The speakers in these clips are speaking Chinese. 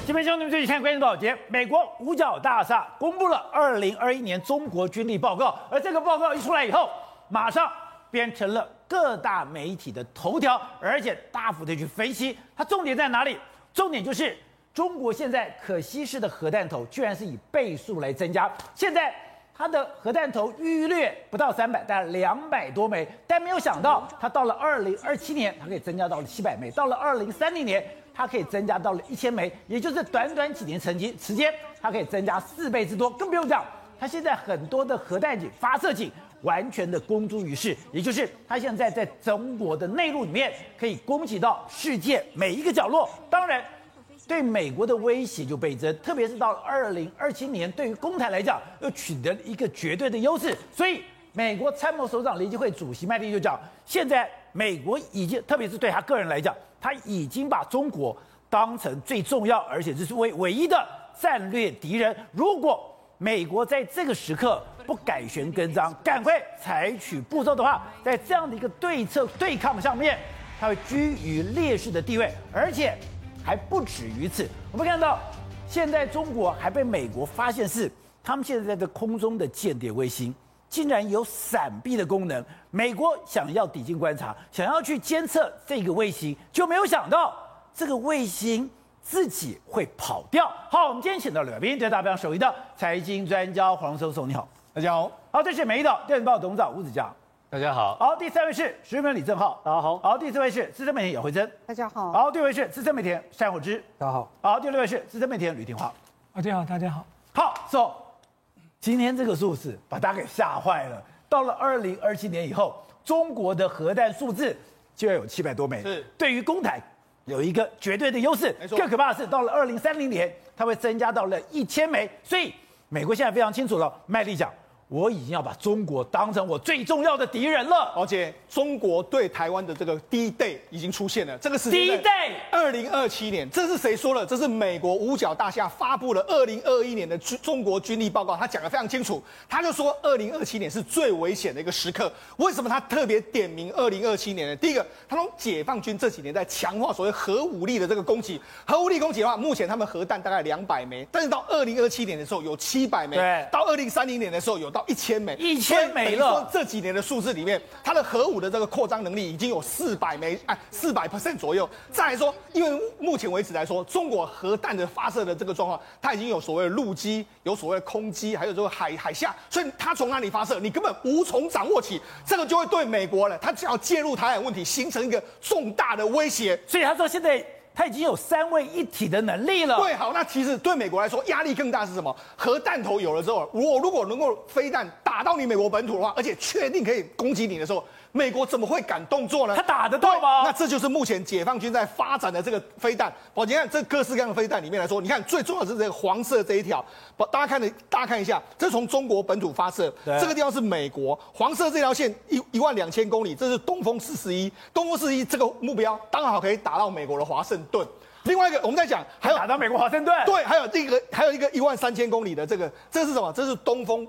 这边兄弟们最近看关键报节，美国五角大厦公布了2021年中国军力报告，而这个报告一出来以后，马上变成了各大媒体的头条，而且大幅的去分析。它重点在哪里？重点就是中国现在可稀释的核弹头居然是以倍数来增加，现在它的核弹头预略不到300，大概200多枚，但没有想到它到了2027年，它可以增加到了700枚，到了2030年。它可以增加到了1000枚，也就是短短几年时间，它可以增加4倍之多。更不用讲，它现在很多的核弹井、发射井完全的公诸于世，也就是它现在在中国的内陆里面可以攻击到世界每一个角落。当然，对美国的威胁就倍增，特别是到了2027年，对于攻台来讲，又取得了一个绝对的优势。所以，美国参谋首长联席会主席麦利就讲，现在美国已经，特别是对他个人来讲。他已经把中国当成最重要，而且这是唯一的战略敌人。如果美国在这个时刻不改弦更张，赶快采取步骤的话，在这样的一个对抗上面，它会居于劣势的地位，而且还不止于此。我们看到，现在中国还被美国发现是他们现在在空中的间谍卫星。竟然有闪避的功能，美国想要抵近观察，想要去监测这个卫星，就没有想到这个卫星自己会跑掉。好，我们今天请到了来宾，对大家非常熟悉的财经专家黄松松，你好， 大家好。 好，这是美丽岛电子报董事长吴子嘉， 大家好。 好，第3位是时事评论李正浩， 大家好。 好，第4位是资深媒体姚慧珍， 大家好。 好，第5位是资深媒体人单火之， 大家好。 好，第6位是资深媒体人吕廷华， 大家好，大家好。 好，so。今天这个数字把大家给吓坏了。到了2027年以后，中国的核弹数字就要有700多枚， 是对于攻台有一个绝对的优势。更可怕的是，到了2030年，它会增加到了1000枚。所以，美国现在非常清楚了，麦利讲，我已经要把中国当成我最重要的敌人了。 而且，中国对台湾的这个第一 day 已经出现了，这个时间。第一 day ，2027年，这是谁说了？这是美国五角大厦发布了2021年的中国军力报告，他讲得非常清楚，他就说2027年是最危险的一个时刻。为什么他特别点名2027年呢？第一个，他说解放军这几年在强化所谓核武力的这个攻击，核武力攻击的话，目前他们核弹大概200枚，但是到2027年的时候有700枚， 对， 到2030年的时候有到1000枚 ，1000枚了。 这几年的数字里面，它的核武的这个扩张能力已经有400枚，400% 左右。再来说，因为目前为止来说，中国核弹的发射的这个状况，它已经有所谓的陆基，有所谓的空基，还有这个海下，所以它从哪里发射，你根本无从掌握起。这个就会对美国呢，它只要介入台海问题，形成一个重大的威胁。 所以他说现在。它已经有3位一体的能力了。 对，好，那其实对美国来说压力更大是什么？核弹头有了之后，我如果能够飞弹打到你美国本土的话，而且确定可以攻击你的时候，美国怎么会敢动作呢？ 他打得到吗？ 那这就是目前解放军在发展的这个飞弹。你看这各式各样的飞弹里面来说，你看最重要的是这个黄色这一条，大家看一下，这是从中国本土发射，这个地方是美国，黄色这条线12000公里，这是东风41，东风41这个目标刚好可以打到美国的华盛顿。另外一个，我们在讲，还有打到美国华盛顿， 对，还有一个13000公里的这是什么？这是东风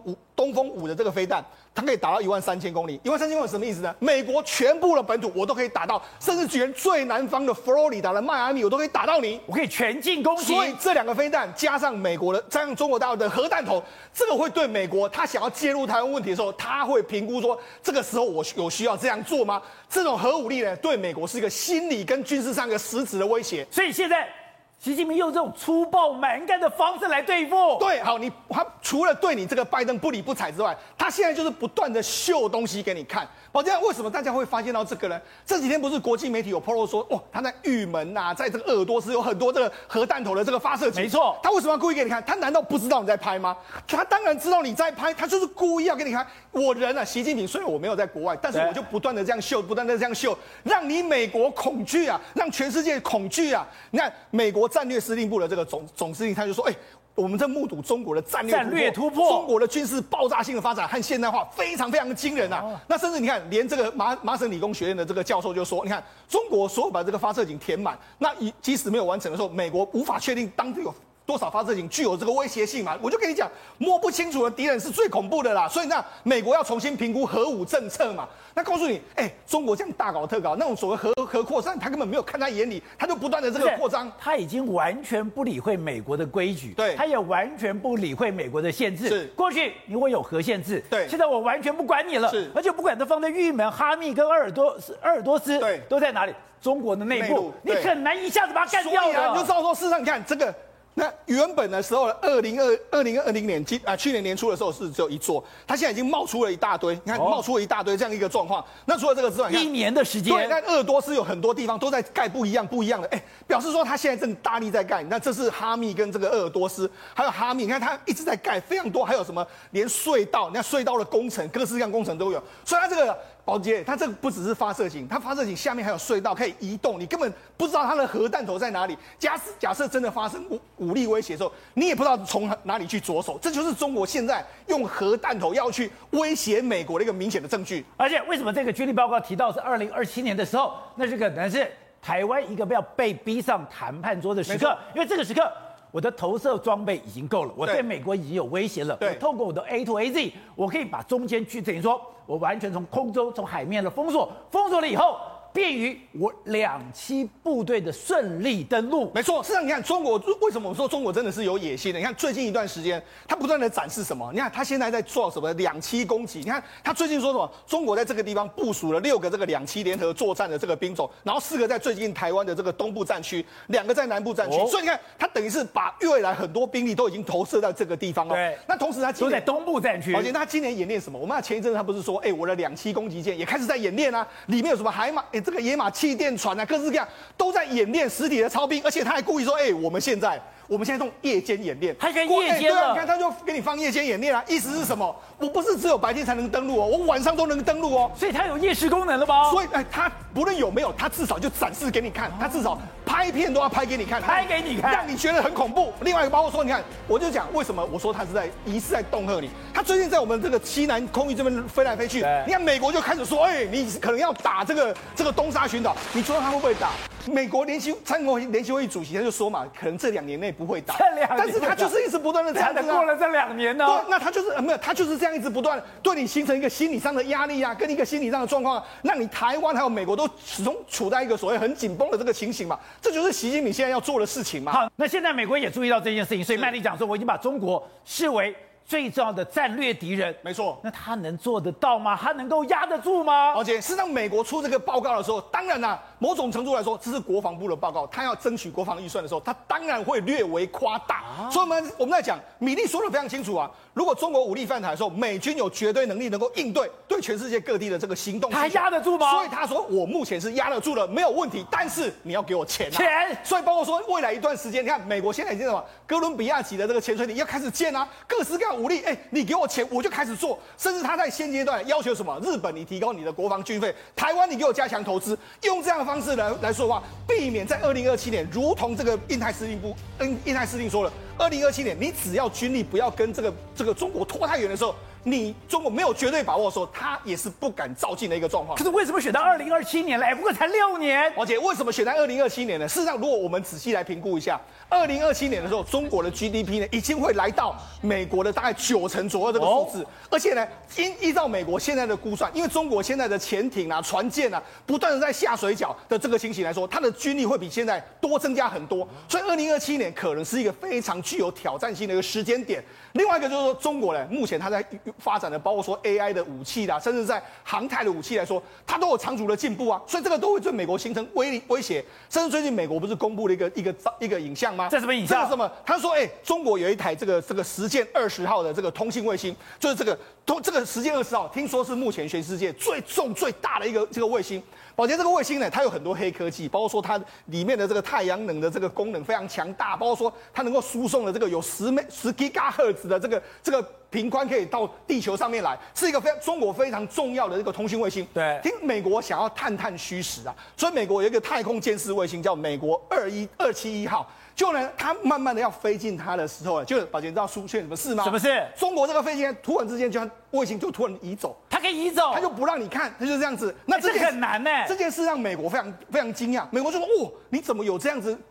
5的这个飞弹，它可以打到13000公里。13000公里什么意思呢？美国全部的本土我都可以打到，甚至连最南方的佛罗里达的迈阿密我都可以打到你， 我可以全境攻击。 所以这2个飞弹加上加上中国大陆的核弹头，这个会对美国他想要介入台湾问题的时候，他会评估说，这个时候我有需要这样做吗？这种核武力呢，对美国是一个心理跟军事上一个实质的威胁。 所以现在习近平用这种粗暴蛮干的方式来对付。 对，好，他除了对你这个拜登不理不睬之外，他现在就是不断的秀东西给你看。这样为什么大家会发现到这个呢？这几天不是国际媒体有 PO 说，他在玉门啊，在这个鄂尔多斯有很多这个核弹头的这个发射井。 没错， 他为什么要故意给你看？他难道不知道你在拍吗？他当然知道你在拍，他就是故意要给你看。我人啊，习近平虽然我没有在国外，但是我就不断的这样秀，不断的这样秀，让你美国恐惧啊，让全世界恐惧啊。你看美国战略司令部的这个总司令，他就说，我们在目睹中国的战略突破，中国的军事爆炸性的发展和现代化非常非常的惊人啊！那甚至你看，连这个麻省理工学院的这个教授就说，你看中国所有把这个发射井填满，那即使没有完成的时候，美国无法确定当地有多少发射型具有这个威胁性嘛？我就跟你讲，摸不清楚的敌人是最恐怖的啦。所以那美国要重新评估核武政策嘛。那告诉你，中国这样大搞特搞，那种所谓核扩散，他根本没有看在眼里，他就不断的这个扩张。 他已经完全不理会美国的规矩， 对， 他也完全不理会美国的限制。 是， 过去你会有核限制， 对， 现在我完全不管你了， 是， 而且不管它放在玉门、哈密跟鄂尔多斯， 对， 都在哪里？中国的内部，你很难一下子把它干掉的。 所以啊，你就知道说，事实上你看这个。那原本的时候，2020年去年年初的时候是只有一座，它现在已经冒出了一大堆，你看冒出了一大堆这样一个状况。那除了这个之外 ，1年的时间， 对，那鄂尔多斯有很多地方都在盖不一样的，表示说它现在正大力在盖。那这是哈密跟这个鄂尔多斯，还有哈密，你看它一直在盖非常多，还有什么连隧道，你看隧道的工程，各式各样工程都有。所以它这个宝杰，它这个不只是发射井，它发射井下面还有隧道可以移动，你根本不知道它的核弹头在哪里。假设真的发生武力威胁的时候，你也不知道从哪里去着手。这就是中国现在用核弹头要去威胁美国的一个明显的证据。 而且为什么这个军力报告提到是2027年的时候，那这个可能是台湾一个要被逼上谈判桌的时刻，因为这个时刻。我的投射装备已经够了，我对美国已经有威胁了。我透过我的 A2AZ， 我可以把中间去等于说，我完全从空中、从海面的封锁了以后，便于我2栖部队的顺利登陆。 没错，事实上你看中国为什么我说中国真的是有野心的？你看最近一段时间，他不断的展示什么？你看他现在在做什么2栖攻击？你看他最近说什么？中国在这个地方部署了6个这个2栖联合作战的这个兵种，然后4个在最近台湾的这个东部战区，2个在南部战区。所以你看，他等于是把未来很多兵力都已经投射在这个地方了。 对。 那同时他都在东部战区。 而且他今年演练什么？我们前一阵他不是说，我的2栖攻击舰也开始在演练啊，里面有什么海马？这个野马气垫船啊，各式各样都在演练实体的操兵，而且他还故意说，我们现在用夜间演练， 还可以夜间了。 对啊，你看他就给你放夜间演练啊，意思是什么？我不是只有白天才能登陆哦，我晚上都能登陆哦。 所以它有夜视功能了吗？ 所以他不论有没有，他至少就展示给你看，他至少拍片都要拍给你看，让你觉得很恐怖。另外一个包括说，你看，我就讲为什么我说他是疑似在恫吓你。他最近在我们这个西南空域这边飞来飞去，你看美国就开始说，你可能要打这个东沙群岛，你说他会不会打？美国参国联席会议主席他就说嘛，可能这2年内不会打，但是他就是一直不断的这样子过了这2年呢， 对，那他就是没有，他就是这样一直不断对你形成一个心理上的压力啊，跟一个心理上的状况，让你台湾还有美国都始终处在一个所谓很紧绷的这个情形嘛，这就是习近平现在要做的事情嘛。 好，那现在美国也注意到这件事情，所以麦利讲说，我已经把中国视为最重要的战略敌人。 没错， 那他能做得到吗？他能够压得住吗？ 而且事实上，美国出这个报告的时候，当然啦，某种程度来说，这是国防部的报告，他要争取国防预算的时候，他当然会略微夸大。所以我们在讲，米利说的非常清楚啊，如果中国武力犯台的时候，美军有绝对能力能够应对全世界各地的这个行动， 他还压得住吗？ 所以他说，我目前是压得住了，没有问题，但是你要给我钱。所以包括说未来一段时间，你看美国现在已经什么哥伦比亚级的这个潜水艇要开始建啊，各式各样武力，你给我钱我就开始做，甚至他在现阶段要求什么？日本你提高你的国防军费，台湾你给我加强投资，用这样的方式来说的话，避免在2027年，如同这个印太司令说了，2027年你只要军力不要跟这个中国拖太远的时候。你中国没有绝对把握的时候，他也是不敢照进的一个状况。 可是为什么选到2027年来？不过才6年。 而且为什么选在2027年呢？事实上，如果我们仔细来评估一下，2027年的时候，中国的 GDP 呢，已经会来到美国的大概90%左右这个数字。而且呢，依照美国现在的估算，因为中国现在的潜艇啊、船舰啊，不断的在下水饺的这个情形来说，它的军力会比现在多增加很多。所以2027年可能是一个非常具有挑战性的一个时间点。另外一个就是说，中国呢，目前它在发展的包括说 AI 的武器啦，甚至在航太的武器来说，它都有长足的进步啊，所以这个都会对美国形成威胁。甚至最近美国不是公布了一个影像吗？ 这什么影像？ 这个什么？他说，中国有一台这个实践20号的这个通信卫星，就是这个实践20号，听说是目前全世界最重最大的一个这个卫星。宝洁这个卫星呢，它有很多黑科技，包括说它里面的这个太阳能的这个功能非常强大，包括说它能够输送的这个有10 GHz 的这个频宽可以到地球上面来，是一个中国非常重要的这个通讯卫星。 对， 听美国想要探虚实啊，所以美国有一个太空监视卫星叫美国271号。就呢，它慢慢的要飞进它的时候，就宝洁知道出现什么事吗？ 什么事？ 中国这个飞机突然之间卫星就突然移走， 它可以移走， 它就不让你看，它就是这样子。那这很难呢。 这件事让美国非常非常惊讶，美国就说：你怎么有这样子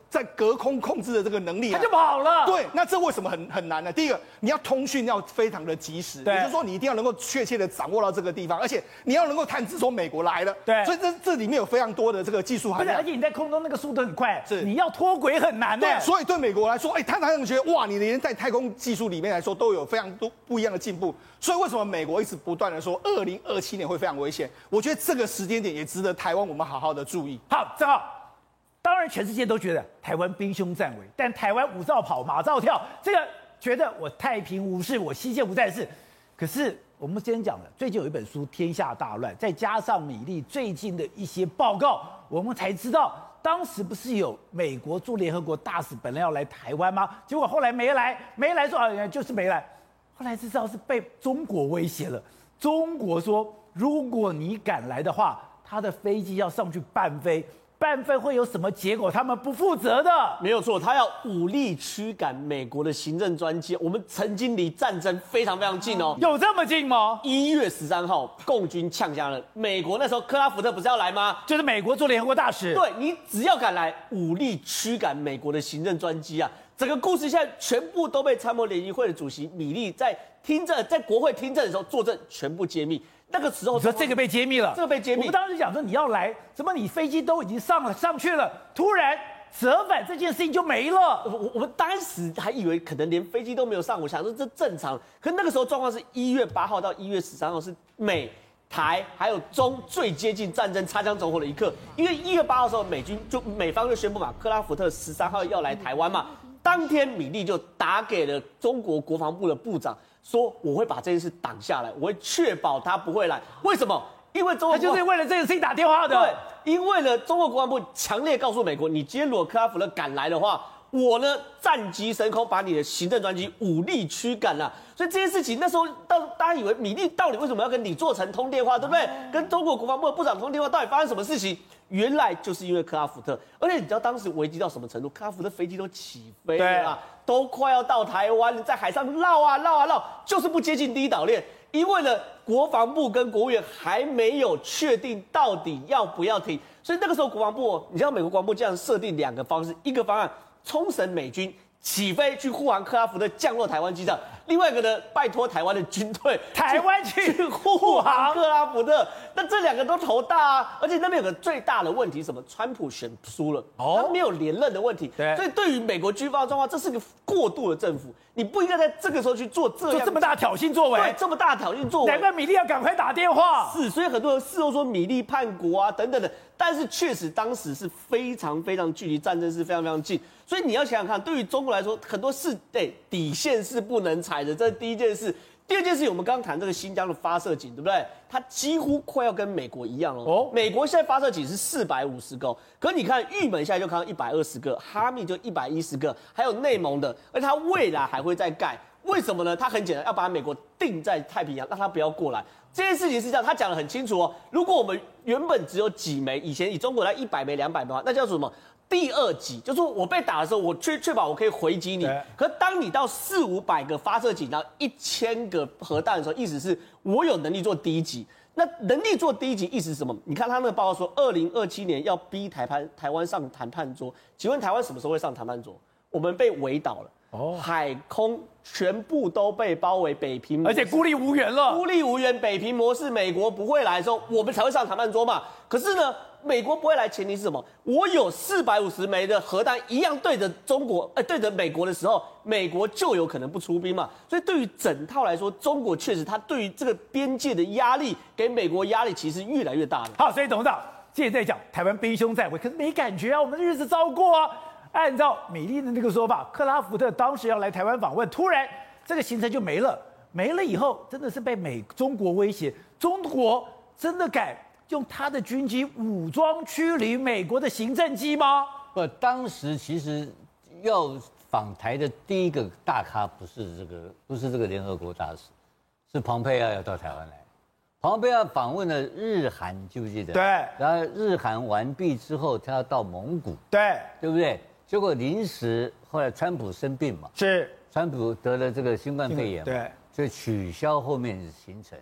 在隔空控制的这个能力， 他就跑了。 对，那这为什么很难呢？第一个，你要通讯要非常的及时，也就是说你一定要能够确切的掌握到这个地方，而且你要能够探知说美国来了。 对， 所以这里面有非常多的这个技术含量。 而且你在空中那个速度很快， 是你要脱轨很难的。 对，所以对美国来说，他常常觉得哇，你连在太空技术里面来说都有非常多不一样的进步。所以为什么美国一直不断的说2027年会非常危险？我觉得这个时间点也值得台湾我们好好的注意。 好，正好。当然，全世界都觉得台湾兵凶战危，但台湾舞照跑，马照跳，这个觉得我太平无事，我西线无战事。可是我们今天讲的，最近有一本书《天下大乱》，再加上米利最近的一些报告，我们才知道，当时不是有美国驻联合国大使本来要来台湾吗？结果后来没来说啊，就是没来。后来才知道是被中国威胁了。中国说，如果你敢来的话，他的飞机要上去伴飞。半飞会有什么结果？他们不负责的， 没有错，他要武力驱赶美国的行政专机。我们曾经离战争非常非常近哦， 有这么近吗 ？1月13号，共军呛下了美国，那时候克拉福特不是要来吗？ 就是美国驻联合国大使。 对，你只要敢来，武力驱赶美国的行政专机啊！整个故事现在全部都被参谋联谊会的主席米利在国会听证的时候作证，全部揭秘。那个时候， 你说这个被揭秘了， 这个被揭秘。 我们当时讲说你要来，怎么你飞机都已经上去了，突然折返这件事情就没了。 我们当时还以为可能连飞机都没有上，我想说这正常。可那个时候状况是1月8号到1月13号是美台还有中最接近战争擦枪走火的一刻，因为1月8号的时候美方就宣布嘛，克拉福特13号要来台湾嘛，当天米利就打给了中国国防部的部长。说我会把这件事挡下来，我会确保他不会来。为什么？因为中国他就是为了这个事情打电话的。 对，因为呢，中国国防部强烈告诉美国，你今天如果克拉福特敢来的话，我呢战机升空，把你的行政专机武力驱赶了。所以这件事情那时候大家以为米利到底为什么要跟李作成通电话，对不对？跟中国国防部的部长通电话，到底发生什么事情？原来就是因为克拉福特，而且你知道当时危机到什么程度？克拉福特飞机都起飞了啦，都快要到台湾，在海上绕啊，就是不接近第一岛链。因为呢，国防部跟国务院还没有确定到底要不要停，所以那个时候国防部，你知道美国国防部这样设定2个方式，一个方案冲绳美军起飞去护航克拉福特降落台湾机场，另外一个呢，拜托台湾的军队台湾去护航克拉福特。那这2个都头大啊，而且那边有个最大的问题，什么？川普选输了，他没有连任的问题。 对， 所以对于美国军方的状况，这是个过度的政府，你不应该在这个时候去做这么大挑衅作为。 对，这么大挑衅作为， 难怪米利要赶快打电话。 是，所以很多人事后说米利叛国啊等等的，但是确实当时是非常非常距离战争是非常非常近，所以你要想想看，对于中国来说，很多事底线是不能踩的，这是第一件事。第二件事，我们刚刚谈这个新疆的发射井，对不对？它几乎快要跟美国一样了。哦，美国现在发射井是450个，可你看玉门现在就看到120个，哈密就110个，还有内蒙的，而且它未来还会再盖。为什么呢？它很简单，要把美国定在太平洋，让它不要过来。这件事情是这样，他讲得很清楚哦。如果我们原本只有几枚，以前以中国来100枚、200枚的话，那叫什么？第二级，就是我被打的时候，我确保我可以回击你。可是当你到400-500个发射井，然后1000个核弹的时候，意思是我有能力做第一级。那能力做第一级意思是什么？你看他那个报告说，2027年要逼台湾上谈判桌。请问台湾什么时候会上谈判桌？我们被围岛了。海空全部都被包围，北平而且孤立无援了。 孤立无援，北平模式，美国不会来的时候，我们才会上谈判桌嘛。可是呢，美国不会来，前提是什么？我有450枚的核弹，一样对着中国，对着美国的时候，美国就有可能不出兵嘛。所以对于整套来说，中国确实它对于这个边界的压力，给美国压力其实越来越大了。 好，所以董事长现在讲台湾兵凶战危，可是没感觉啊，我们的日子糟过啊。按照米利的那个说法，克拉福特当时要来台湾访问，突然这个行程就没了。没了以后，真的是被中国威胁，中国真的敢用他的军机武装驱离美国的行政机吗？ 不，当时其实要访台的第一个大咖不是这个联合国大使，是蓬佩奥要到台湾来。蓬佩奥访问了日韩，记不记得？ 对。 然后日韩完毕之后，他要到蒙古，对不对？结果临时后来川普生病嘛， 是川普得了这个新冠肺炎嘛， 对， 就取消后面的行程。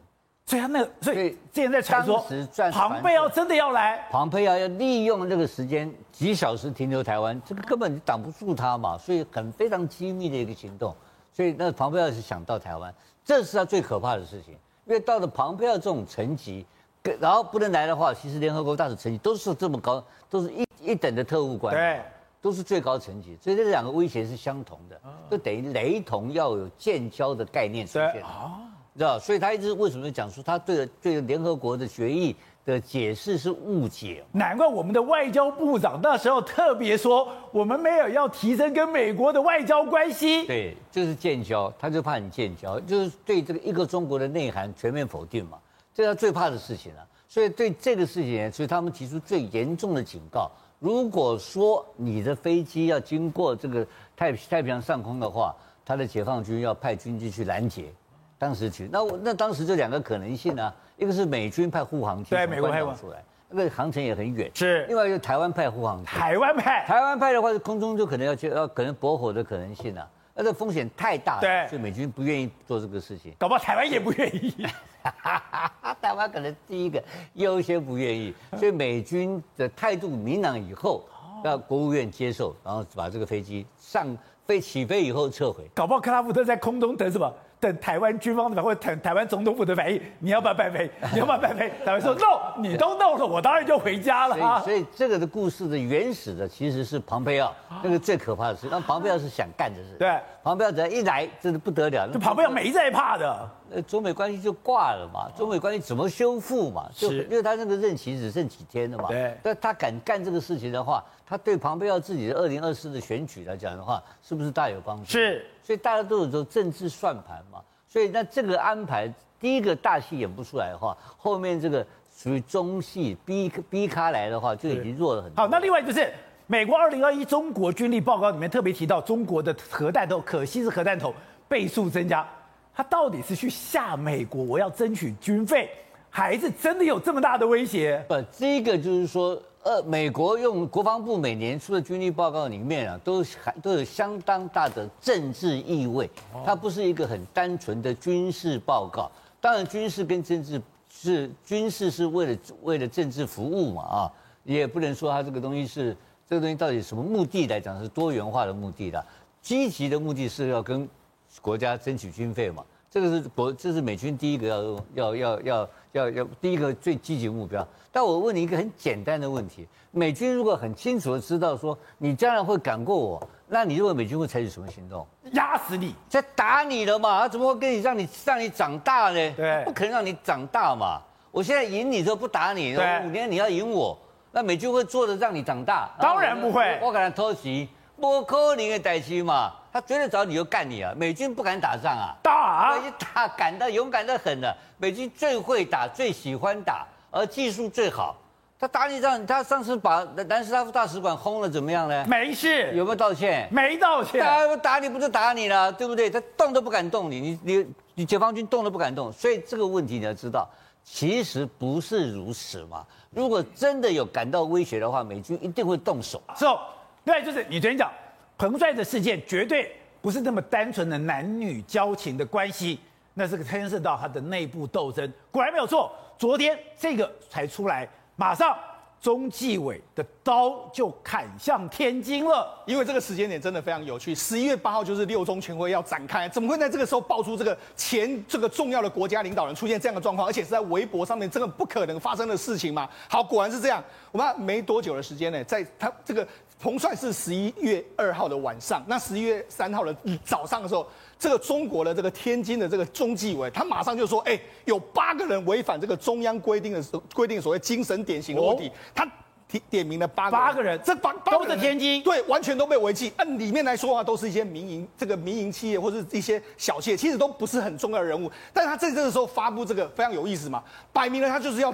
所以所以之前在传说当时赚庞佩奥真的要来， 庞佩奥要利用这个时间几小时停留台湾，这个根本挡不住他嘛，所以非常机密的一个行动。所以那庞佩奥是想到台湾，这是他最可怕的事情，因为到了庞佩奥这种层级，然后不能来的话，其实联合国大使层级都是这么高，都是一等的特务官， 对， 都是最高层级，所以这两个威胁是相同的，就等于雷同要有建交的概念出现，知道？所以他一直为什么讲说他对联合国的决议的解释是误解？ 难怪我们的外交部长那时候特别说，我们没有要提升跟美国的外交关系。 对，就是建交，他就怕你建交，就是对这个一个中国的内涵全面否定嘛，这是他最怕的事情了。所以对这个事情，所以他们提出最严重的警告：如果说你的飞机要经过这个太平洋上空的话，他的解放军要派军机去拦截。当时那当时就两个可能性啊，一个是美军派护航机从关岛出来，那个航程也很远； 是另外一个台湾派护航机。 台湾派的话，空中就可能要可能驳火的可能性啊，那这风险太大了， 对， 所以美军不愿意做这个事情。 搞不好台湾也不愿意， 台湾可能第一个优先不愿意，所以美军的态度明朗以后，要国务院接受，然后把这个飞机起飞以后撤回。 搞不好克拉夫特在空中等什么？等台湾军方的反应，或者等台湾总统府的反应，你要不要办飞？你要不要办飞？台湾说 no， 你都 no 了，我当然就回家了。 所以这个的故事的原始的其实是庞佩奥，那个最可怕的事。那庞佩奥是想干的事。 对， 庞佩奥只要一来，真的不得了。 就庞佩奥没在怕的。 中美关系就挂了嘛，中美关系怎么修复嘛？因为他那个任期只剩几天了嘛。 对。 但他敢干这个事情的话，他对庞佩奥自己的2024的选举来讲的话，是不是大有帮助？ 是。 所以大家都有这种政治算盘嘛。所以那这个安排，第一个大戏演不出来的话，后面这个属于中戏 B 咖来的话，就已经弱了很多。 好，那另外就是美国2021中国军力报告里面特别提到，中国的核弹头可惜是核弹头倍数增加，它到底是去吓美国，我要争取军费，还是真的有这么大的威胁？ 不，这个就是说。美国用国防部每年出的军力报告里面啊，都有相当大的政治意味，它不是一个很单纯的军事报告。当然，军事跟政治军事是为了政治服务嘛啊，也不能说它这个东西到底什么目的来讲是多元化的目的的，积极的目的是要跟国家争取军费嘛。这是美军第一个要第一个最积极目标。但我问你一个很简单的问题：美军如果很清楚的知道说你将来会赶过我，那你认为美军会采取什么行动？ 压死你， 在打你了嘛？他怎么会让你长大呢？ 对， 不可能让你长大嘛。我现在赢你都不打你，5年你要赢我，那美军会做的让你长大？ 当然不会。 我敢他偷袭，不可能的代志嘛。他绝对找理由干你啊！美军不敢打仗啊，美军勇敢得很了。美军最会打，最喜欢打，而技术最好。他打你仗，他上次把南斯拉夫大使馆轰了，怎么样呢？ 没事， 有没有道歉？ 没道歉。 打你不就打你了，对不对？他动都不敢动你解放军动都不敢动，所以这个问题你要知道，其实不是如此嘛。如果真的有感到威胁的话，美军一定会动手。 对，就是你昨天讲。彭帅的事件绝对不是那么单纯的男女交情的关系，那是个牵涉到他的内部斗争。果然没有错，昨天这个才出来，马上中纪委的刀就砍向天津了。 因为这个时间点真的非常有趣，11月8号就是6中全会要展开，怎么会在这个时候爆出这个重要的国家领导人出现这样的状况，而且是在微博上面，这个不可能发生的事情嘛？好，果然是这样。我们没多久的时间呢，在他这个。彭帅是11月2号的晚上，那11月3号的早上的时候，这个中国的这个天津的这个中纪委，他马上就说，有8个人违反这个中央规定所谓精神典型的问题，他点名了8个人，这8 都是天津， 对，完全都被违纪。按里面来说啊，都是一些民营企业或者一些小企业，其实都不是很重要的人物。但是他在这个时候发布这个非常有意思嘛，摆明了他就是要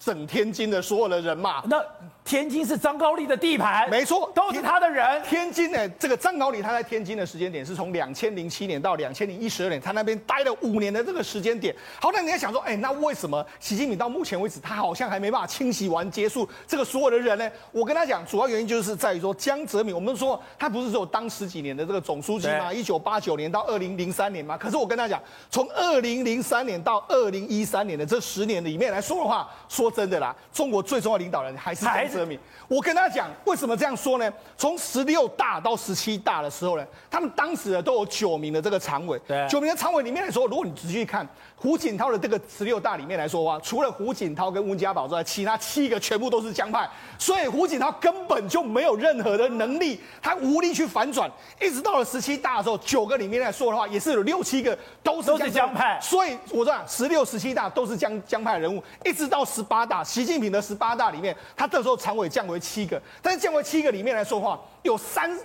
整天津的所有的人嘛。 那天津是张高丽的地盘， 没错， 都是他的人。 天津呢，这个张高丽他在天津的时间点是从2007年到2012年，他那边待了5年的这个时间点。好，那你在想说，那为什么习近平到目前为止他好像还没办法清洗完结束这个所有的人呢？我跟他讲，主要原因就是在于说江泽民，我们说他不是只有当10几年的这个总书记吗？1989年到2003年嘛。可是我跟他讲，从2003年到2013年的这10年里面来说的话，说真的啦，中国最重要的领导人还是江泽民。我跟他讲，为什么这样说呢？从16大到17大的时候呢，他们当时呢都有9名的这个常委。 对 ，9名的常委里面来说，如果你仔细看胡锦涛的这个16大里面来说的话，除了胡锦涛跟温家宝之外，其他7个全部都是江派，所以胡锦涛根本就没有任何的能力，他无力去反转。一直到了17大的时候，9个里面来说的话，也是有6、7个都是江派。 所以我说16、17大都是江派人物，一直到18大，习近平的18大里面，他这时候常委降为7个，但是降为7个里面来说的话，有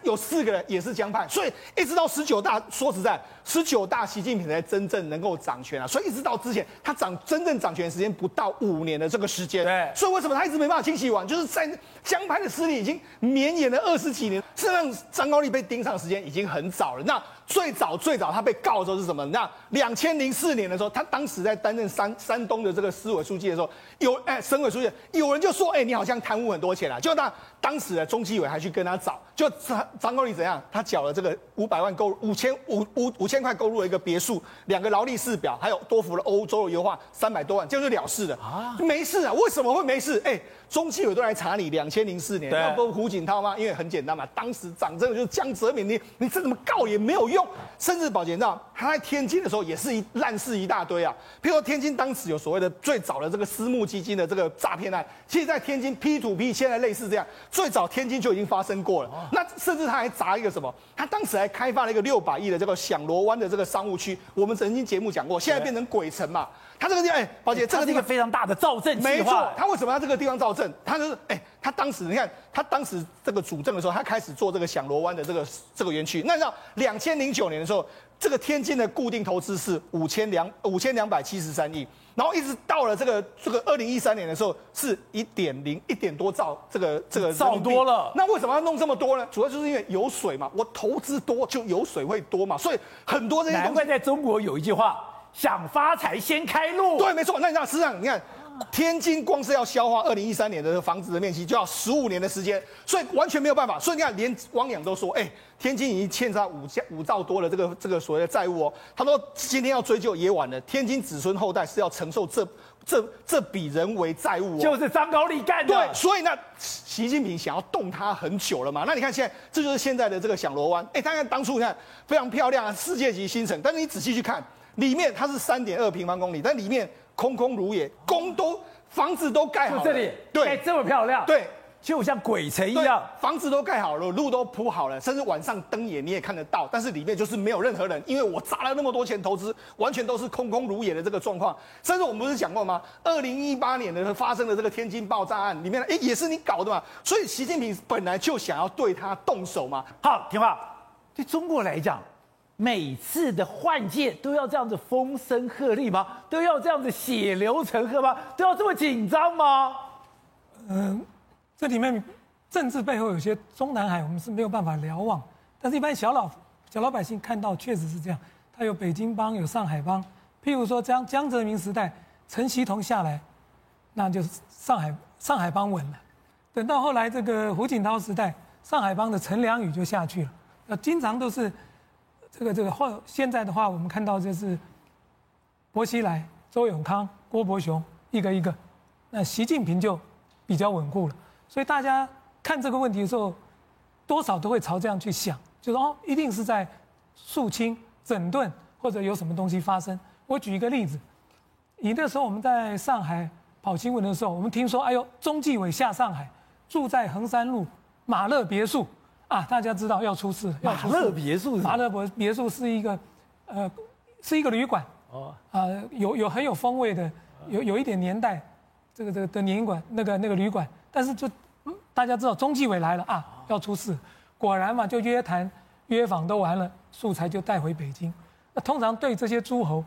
4个人也是江派，所以一直到19大，说实在，19大习近平才真正能够掌权啊。所以一直到之前，他真正掌权时间不到5年的这个时间。 对， 所以为什么他一直没办法清洗完？就是在江派的势力已经绵延了20几年。事实上，张高丽被盯上的时间已经很早了。那最早他被告的时候是什么？那2004年的时候，他当时在担任山东的这个市委书记的时候，省委书记，有人就说，你好像贪污很多钱啊。就当时的中纪委还去跟他找，就张高丽怎样？他缴了这个500万购入5000块购入了一个别墅，2个劳力士表，还有多幅的欧洲的油画300多万，就是了事的啊，没事啊？为什么会没事？中纪委都来查你2004年，要不胡锦涛吗？因为很简单嘛，当时掌政的就是江泽民，你这怎么告也没有用。甚至宝杰，你知道他在天津的时候也是烂事一大堆啊。譬如说天津当时有所谓的最早的这个私募基金的这个诈骗案，其实在天津 P2P 现在类似这样，最早天津就已经发生过了。那甚至他还砸一个什么？他当时还开发了一个600亿的这个响螺湾的这个商务区，我们曾经节目讲过，现在变成鬼城嘛。他这个地方，宝姐，这个是一个非常大的造镇计划。 没错，他为什么要这个地方造镇？他就是，他当时你看，他当时这个主政的时候，他开始做这个响螺湾的这个园区。那到2009年的时候，这个天津的固定投资是5273亿，然后一直到了这个2013年的时候是1多兆，这个兆多了。 那为什么要弄这么多呢？主要就是因为有水嘛，我投资多就有水会多嘛，所以很多这些东西。 难怪在中国有一句话。想发财先开路， 对，没错。那你知道，事实上，你看，天津光是要消化2013年的房子的面积，就要15年的时间，所以完全没有办法。所以你看，连汪洋都说，天津已经欠下5兆多的这个所谓的债务哦。他说今天要追究也晚了，天津子孙后代是要承受这笔人为债务哦。 就是张高丽干的。 对，所以呢，习近平想要动他很久了嘛。那你看现在，这就是现在的这个响螺湾。大家当初你看非常漂亮啊，世界级新城，但是你仔细去看。里面它是3.2平方公里，但里面空如也，房子都盖好了， 这里对这么漂亮， 对， 就像鬼城一样， 房子都盖好了，路都铺好了，甚至晚上灯也你也看得到，但是里面就是没有任何人，因为我砸了那么多钱投资，完全都是空如也的这个状况。甚至我们不是讲过吗？2018年的发生的这个天津爆炸案里面，也是你搞的嘛，所以习近平本来就想要对他动手嘛。 好，听话，对中国来讲。每次的换届都要这样子风声鹤唳吗？都要这样子血流成河吗？都要这么紧张吗？ 这里面政治背后有些中南海我们是没有办法瞭望，但是一般小老百姓看到确实是这样。他有北京帮，有上海帮。譬如说江泽民时代，陈锡同下来，那就是上海帮稳了。等到后来这个胡锦涛时代，上海帮的陈良宇就下去了。经常都是。现在的话，我们看到就是薄熙来、周永康、郭伯雄一个，那习近平就比较稳固了。所以大家看这个问题的时候，多少都会朝这样去想，就是一定是在肃清、整顿或者有什么东西发生。我举一个例子，那时候我们在上海跑新闻的时候，我们听说，中纪委下上海，住在衡山路马勒别墅。大家知道要出事了。 马勒别墅是一个旅馆有很有风味的，有一点年代，这个的年馆那个旅馆，但是就大家知道中纪委来了要出事，果然嘛就约谈约访都完了，素材就带回北京。那通常对这些诸侯，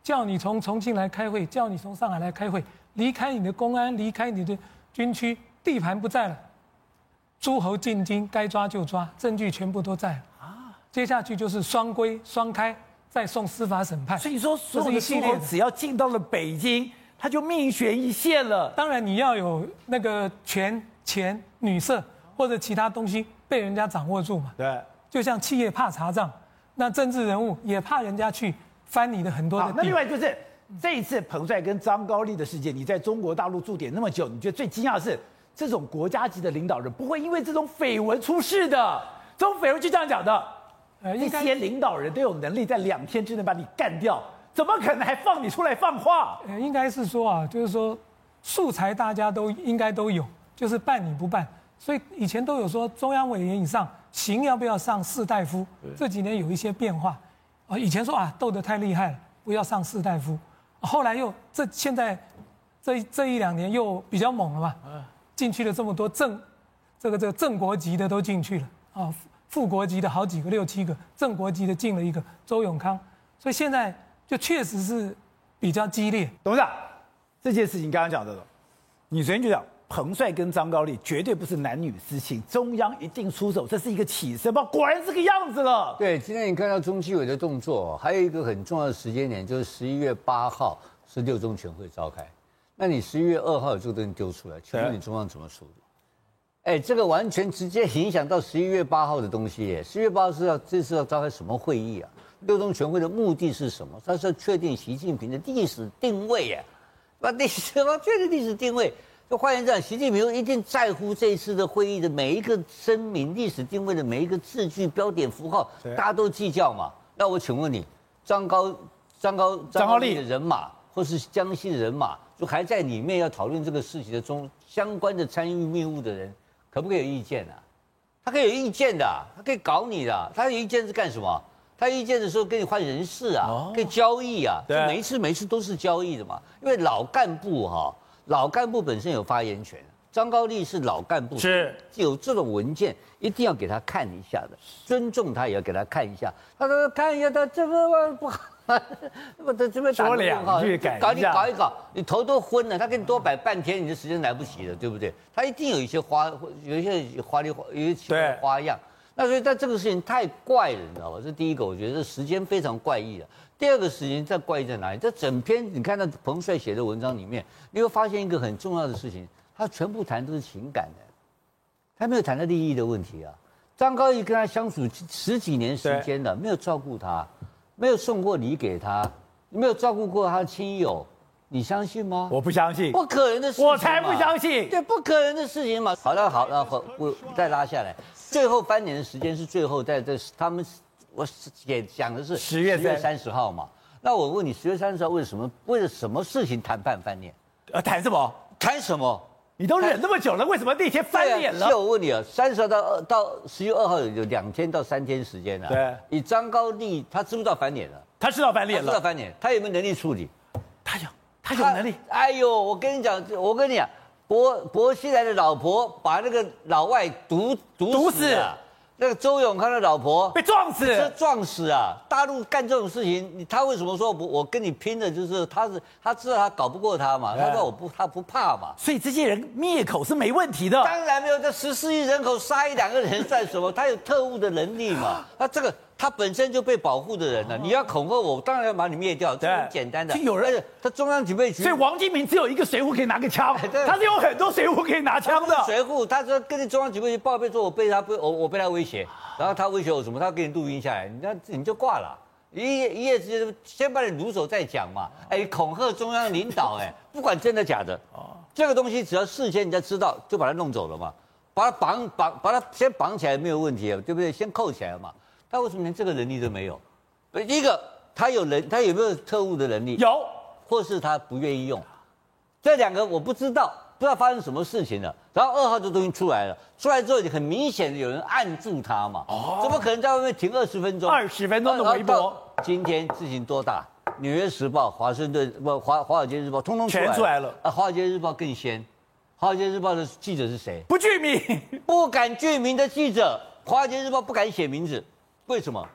叫你从重庆来开会，叫你从上海来开会，离开你的公安，离开你的军区，地盘不在了，诸侯进京，该抓就抓，证据全部都在了啊。接下去就是双规双开，再送司法审判。 所以说，所有的诸侯只要进到了北京，他就命悬一线了。 当然，你要有那个权、钱、女色或者其他东西被人家掌握住嘛。 对， 就像企业怕查账，那政治人物也怕人家去翻你的很多的地。 那另外就是这一次彭帅跟张高丽的事件，你在中国大陆驻点那么久，你觉得最惊讶的是这种国家级的领导人不会因为这种绯闻出事的？这种绯闻就这样讲的，这些领导人都有能力在2天之内把你干掉，怎么可能还放你出来放话？ 应该是说啊，就是说素材大家都应该都有，就是办你不办。所以以前都有说中央委员以上，刑要不要上士大夫？这几年有一些变化。以前说斗得太厉害了，不要上士大夫。后来又现在这1-2年又比较猛了嘛，进去了这么多这个正国级的都进去了啊，副国级的好几个6、7个，正国级的进了一个周永康，所以现在就确实是比较激烈。 董事长，这件事情刚刚讲的了，你昨天就讲彭帅跟张高丽绝对不是男女私情，中央一定出手，这是一个起身包，果然是这个样子了。 对，今天你看到中纪委的动作，还有一个很重要的时间点，就是11月8号是6中全会召开。那你11月2号有这个东西丢出来，请问你中央怎么处理？这个完全直接影响到11月8号的东西耶。11月8号这次要召开什么会议啊？6中全会的目的是什么？它是要确定习近平的历史定位耶，确定历史定位。就换言之，习近平一定在乎这一次的会议的每一个声明、历史定位的每一个字句、标点符号，大家都计较嘛。那我请问你，张高丽的人马，或是江西的人马，就还在里面要讨论这个事情的中相关的参与密务的人，可不可以有意见啊？他可以有意见的，他可以搞你的。他有意见是干什么？他有意见的时候跟你换人事啊，可以交易啊。对，每一次都是交易的嘛。因为老干部本身有发言权，张高丽是老干部，是有这种文件一定要给他看一下的，尊重他也要给他看一下。他说看一下，他这个不好，我这边说2句搞一搞，你头都昏了，他给你多摆半天，你的时间来不及了，对不对？他一定有一些有一些奇怪的花样。那所以但这个事情太怪了，你知道吧？这第一个，我觉得这时间非常怪异了。第二个事情在怪异在哪里？这整篇你看到彭帅写的文章里面，你会发现一个很重要的事情，他全部谈都是情感的，他没有谈到利益的问题啊。张高丽跟他相处10几年时间了，没有照顾他，没有送过礼给他，没有照顾过他的亲友，你相信吗？ 我不相信， 不可能的事情， 我才不相信。 对，不可能的事情嘛。好，我再拉下来，最后翻脸的时间是最后在这他们。我也讲的是10月30号嘛，那我问你10月30号为了什么事情谈判翻脸？ 谈什么？ 谈什么？ 你都忍那么久了，为什么那天翻脸了？ 是我问你啊，30号到11月2号有2天到3天时间了。对，以张高丽他知不知道翻脸了？ 他知道翻脸了。 知道翻脸，他有没有能力处理？ 他有能力。 哎呦，我跟你讲，薄熙来的老婆把那个老外毒死了。那个周永康的老婆被撞死啊！大陆干这种事情，他为什么说我跟你拼的？就是他知道他搞不过他嘛，他说他不怕嘛。 所以这些人灭口是没问题的。 当然没有，这14亿人口杀1-2个人算什么？他有特务的能力嘛。他本身就被保护的人了，你要恐吓我，当然要把你灭掉，这很简单的。 有人， 他中央警备局， 所以王金平只有一个随扈可以拿个枪，他是有很多随扈可以拿枪的。 随扈，他说跟中央警备局报备说我被他威胁，然后他威胁我什么？他给你录音下来，你就挂了。一夜之间先把你掳走再讲嘛。恐吓中央领导，不管真的假的，这个东西只要事先人家知道，就把他弄走了嘛，把他先绑起来没有问题，对不对？先扣起来嘛。他为什么连这个能力都没有？第一个，他有没有特务的能力？ 有，或是他不愿意用。这2个我不知道发生什么事情了。然后2号这东西出来了，出来之后很明显的有人按住他嘛，怎么可能在外面停20分钟 ？20分钟的微博。 今天事情多大？《纽约时报》、华尔街日报通通全出来了。 华尔街日报更先。华尔街日报的记者是谁？ 不具名， 不敢具名的记者。华尔街日报不敢写名字。为什么？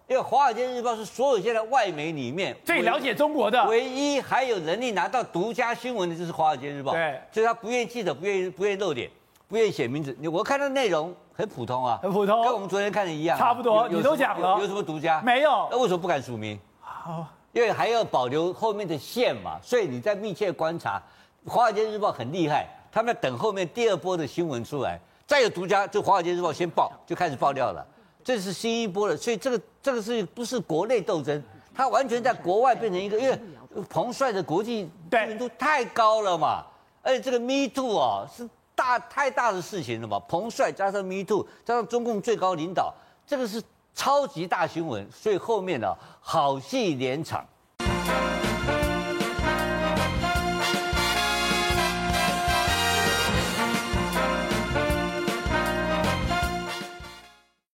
因为《华尔街日报》是所有现在外媒里面最了解中国的， 唯一还有能力拿到独家新闻的就是《华尔街日报》。 对， 所以他不愿意记者，不愿意露脸，不愿意写名字。我看到内容很普通啊， 很普通， 跟我们昨天看的一样， 差不多。你都讲了， 有什么独家？ 没有。 那为什么不敢署名？ 好， 因为还要保留后面的线嘛，所以你在密切观察。《华尔街日报》很厉害，他们要等后面第二波的新闻出来，再有独家，就《华尔街日报》先报，就开始爆料了。这是新一波的，所以这个是不是国内斗争？它完全在国外变成一个，因为彭帅的国际知名度太高了嘛，而且这个 Me Too 哦是太大的事情了嘛，彭帅加上 Me Too 加上中共最高领导，这个是超级大新闻，所以后面呢好戏连场。